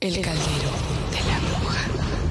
El Caldero de la Bruja.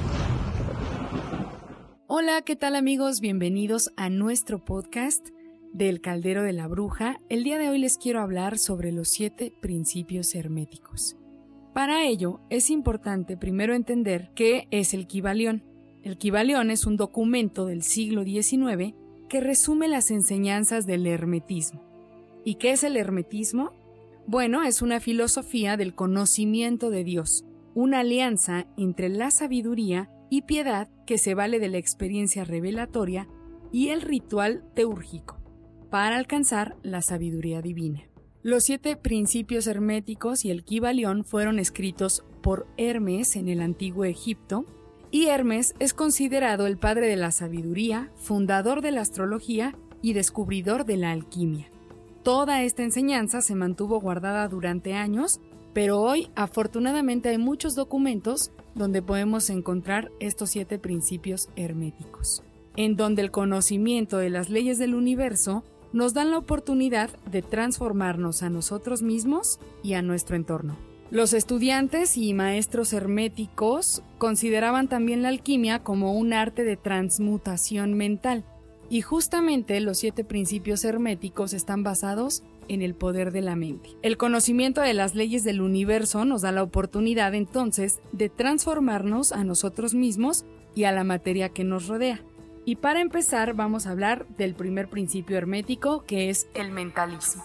Hola, ¿qué tal amigos? Bienvenidos a nuestro podcast del Caldero de la Bruja. El día de hoy les quiero hablar sobre los 7 principios herméticos. Para ello, es importante primero entender qué es el Kybalión. El Kybalión es un documento del siglo XIX que resume las enseñanzas del hermetismo. ¿Y qué es el hermetismo? Bueno, es una filosofía del conocimiento de Dios, una alianza entre la sabiduría y piedad que se vale de la experiencia revelatoria y el ritual teúrgico para alcanzar la sabiduría divina. Los 7 principios herméticos y el Kybalión fueron escritos por Hermes en el antiguo Egipto, y Hermes es considerado el padre de la sabiduría, fundador de la astrología y descubridor de la alquimia. Toda esta enseñanza se mantuvo guardada durante años, pero hoy afortunadamente hay muchos documentos donde podemos encontrar estos 7 principios herméticos, en donde el conocimiento de las leyes del universo nos dan la oportunidad de transformarnos a nosotros mismos y a nuestro entorno. Los estudiantes y maestros herméticos consideraban también la alquimia como un arte de transmutación mental, y justamente los 7 principios herméticos están basados en el poder de la mente. El conocimiento de las leyes del universo nos da la oportunidad entonces de transformarnos a nosotros mismos y a la materia que nos rodea. Y para empezar vamos a hablar del primer principio hermético, que es el mentalismo.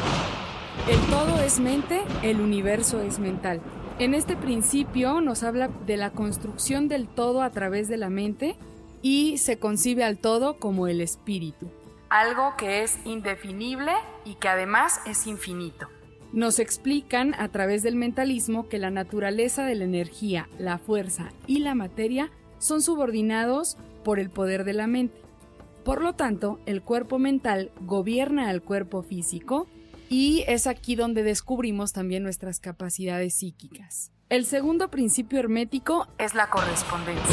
El todo es mente, el universo es mental. En este principio nos habla de la construcción del todo a través de la mente y se concibe al todo como el espíritu, algo que es indefinible y que además es infinito. Nos explican a través del mentalismo que la naturaleza de la energía, la fuerza y la materia son subordinados por el poder de la mente. Por lo tanto, el cuerpo mental gobierna al cuerpo físico, y es aquí donde descubrimos también nuestras capacidades psíquicas. El segundo principio hermético es la correspondencia.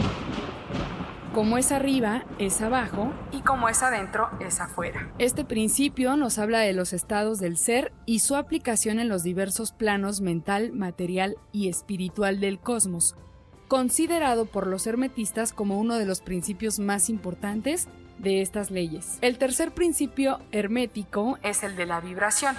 Como es arriba, es abajo, y como es adentro, es afuera. Este principio nos habla de los estados del ser y su aplicación en los diversos planos mental, material y espiritual del cosmos, considerado por los hermetistas como uno de los principios más importantes de estas leyes. El tercer principio hermético es el de la vibración.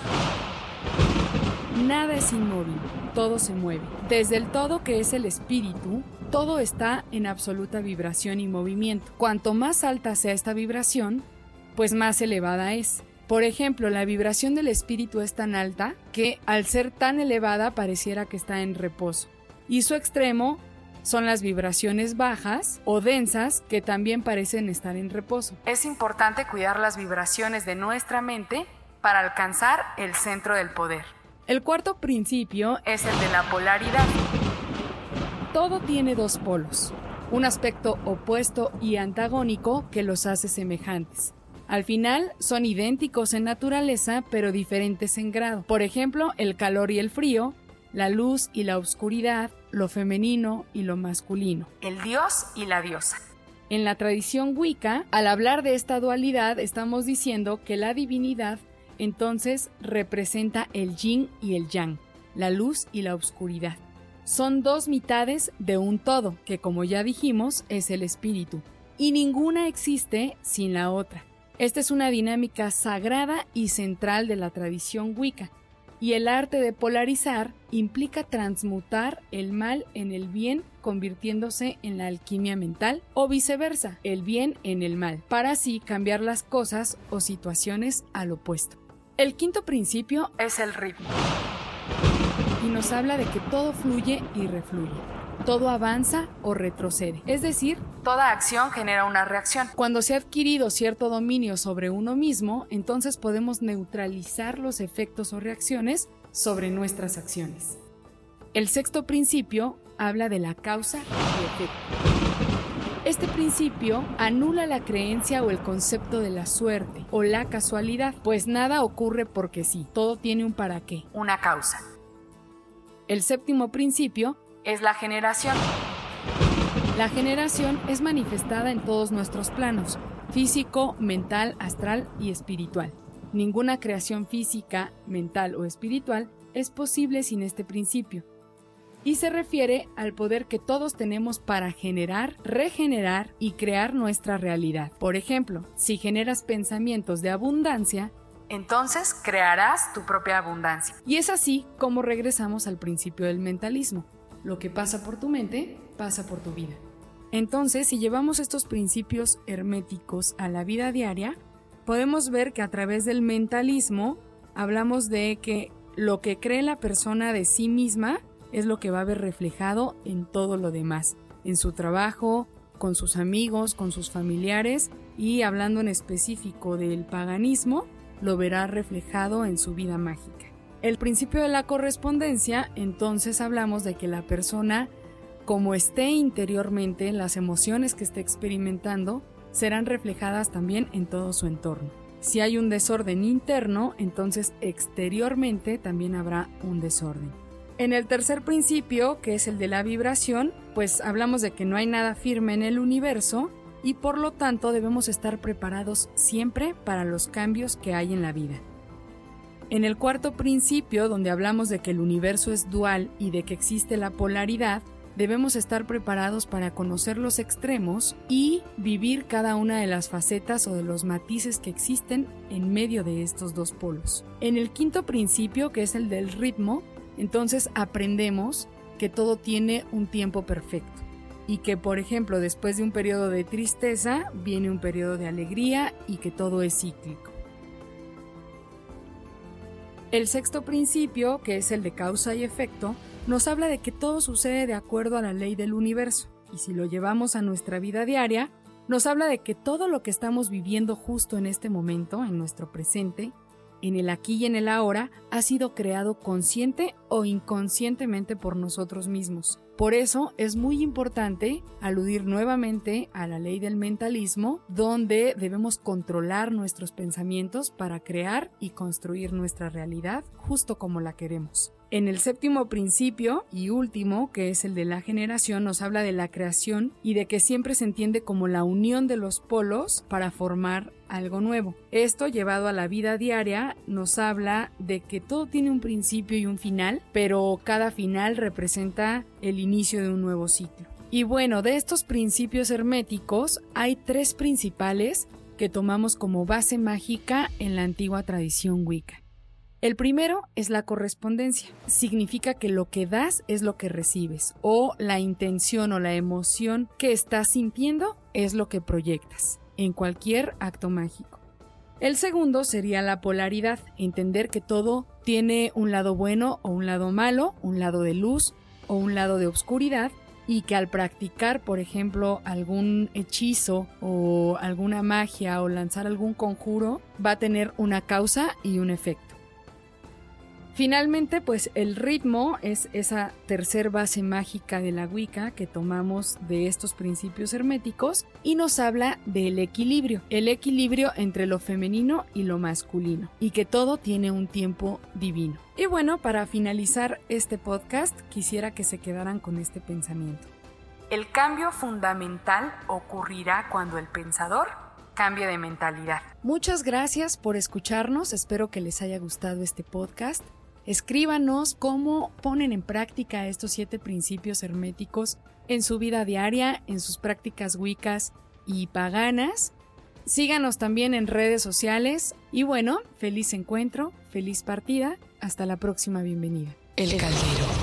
Nada es inmóvil, todo se mueve. Desde el todo, que es el espíritu, todo está en absoluta vibración y movimiento. Cuanto más alta sea esta vibración, pues más elevada es. Por ejemplo, la vibración del espíritu es tan alta que al ser tan elevada pareciera que está en reposo. Y su extremo son las vibraciones bajas o densas que también parecen estar en reposo. Es importante cuidar las vibraciones de nuestra mente para alcanzar el centro del poder. El cuarto principio es el de la polaridad. Todo tiene 2 polos, un aspecto opuesto y antagónico que los hace semejantes. Al final son idénticos en naturaleza, pero diferentes en grado. Por ejemplo, el calor y el frío, la luz y la oscuridad, lo femenino y lo masculino, el dios y la diosa. En la tradición Wicca, al hablar de esta dualidad, estamos diciendo que la divinidad entonces representa el yin y el yang, la luz y la oscuridad. Son 2 mitades de un todo, que como ya dijimos, es el espíritu, y ninguna existe sin la otra. Esta es una dinámica sagrada y central de la tradición Wicca. Y el arte de polarizar implica transmutar el mal en el bien, convirtiéndose en la alquimia mental, o viceversa, el bien en el mal, para así cambiar las cosas o situaciones al opuesto. El quinto principio es el ritmo, y nos habla de que todo fluye y refluye. Todo avanza o retrocede, es decir, toda acción genera una reacción. Cuando se ha adquirido cierto dominio sobre uno mismo, entonces podemos neutralizar los efectos o reacciones sobre nuestras acciones. El sexto principio habla de la causa y efecto. Este principio anula la creencia o el concepto de la suerte o la casualidad, pues nada ocurre porque sí, todo tiene un para qué, una causa. El séptimo principio es la generación. La generación es manifestada en todos nuestros planos, físico, mental, astral y espiritual. Ninguna creación física, mental o espiritual es posible sin este principio. y se refiere al poder que todos tenemos para generar, regenerar y crear nuestra realidad. Por ejemplo, si generas pensamientos de abundancia, entonces crearás tu propia abundancia. Y es así como regresamos al principio del mentalismo. Lo que pasa por tu mente, pasa por tu vida. Entonces, si llevamos estos principios herméticos a la vida diaria, podemos ver que a través del mentalismo hablamos de que lo que cree la persona de sí misma es lo que va a ver reflejado en todo lo demás, en su trabajo, con sus amigos, con sus familiares, y hablando en específico del paganismo, lo verá reflejado en su vida mágica. El principio de la correspondencia, entonces hablamos de que la persona, como esté interiormente, las emociones que esté experimentando serán reflejadas también en todo su entorno. Si hay un desorden interno, entonces exteriormente también habrá un desorden. En el tercer principio, que es el de la vibración, pues hablamos de que no hay nada firme en el universo y por lo tanto debemos estar preparados siempre para los cambios que hay en la vida. En el cuarto principio, donde hablamos de que el universo es dual y de que existe la polaridad, debemos estar preparados para conocer los extremos y vivir cada una de las facetas o de los matices que existen en medio de estos dos polos. En el quinto principio, que es el del ritmo, entonces aprendemos que todo tiene un tiempo perfecto y que, por ejemplo, después de un periodo de tristeza viene un periodo de alegría y que todo es cíclico. El sexto principio, que es el de causa y efecto, nos habla de que todo sucede de acuerdo a la ley del universo, y si lo llevamos a nuestra vida diaria, nos habla de que todo lo que estamos viviendo justo en este momento, en nuestro presente, en el aquí y en el ahora, ha sido creado consciente o inconscientemente por nosotros mismos. Por eso es muy importante aludir nuevamente a la ley del mentalismo, donde debemos controlar nuestros pensamientos para crear y construir nuestra realidad justo como la queremos. En el séptimo principio y último, que es el de la generación, nos habla de la creación y de que siempre se entiende como la unión de los polos para formar algo nuevo. Esto, llevado a la vida diaria, nos habla de que todo tiene un principio y un final, pero cada final representa el inicio de un nuevo ciclo. Y bueno, de estos principios herméticos hay tres principales que tomamos como base mágica en la antigua tradición Wicca. El primero es la correspondencia. Significa que lo que das es lo que recibes, o la intención o la emoción que estás sintiendo es lo que proyectas en cualquier acto mágico. El segundo sería la polaridad, entender que todo tiene un lado bueno o un lado malo, un lado de luz o un lado de oscuridad, y que al practicar, por ejemplo, algún hechizo o alguna magia o lanzar algún conjuro, va a tener una causa y un efecto. Finalmente, pues el ritmo es esa tercer base mágica de la Wicca que tomamos de estos principios herméticos y nos habla del equilibrio, el equilibrio entre lo femenino y lo masculino, y que todo tiene un tiempo divino. Y bueno, para finalizar este podcast, quisiera que se quedaran con este pensamiento. El cambio fundamental ocurrirá cuando el pensador cambie de mentalidad. Muchas gracias por escucharnos, espero que les haya gustado este podcast. Escríbanos cómo ponen en práctica estos 7 principios herméticos en su vida diaria, en sus prácticas wiccas y paganas. Síganos también en redes sociales y bueno, feliz encuentro, feliz partida, hasta la próxima bienvenida. El Caldero.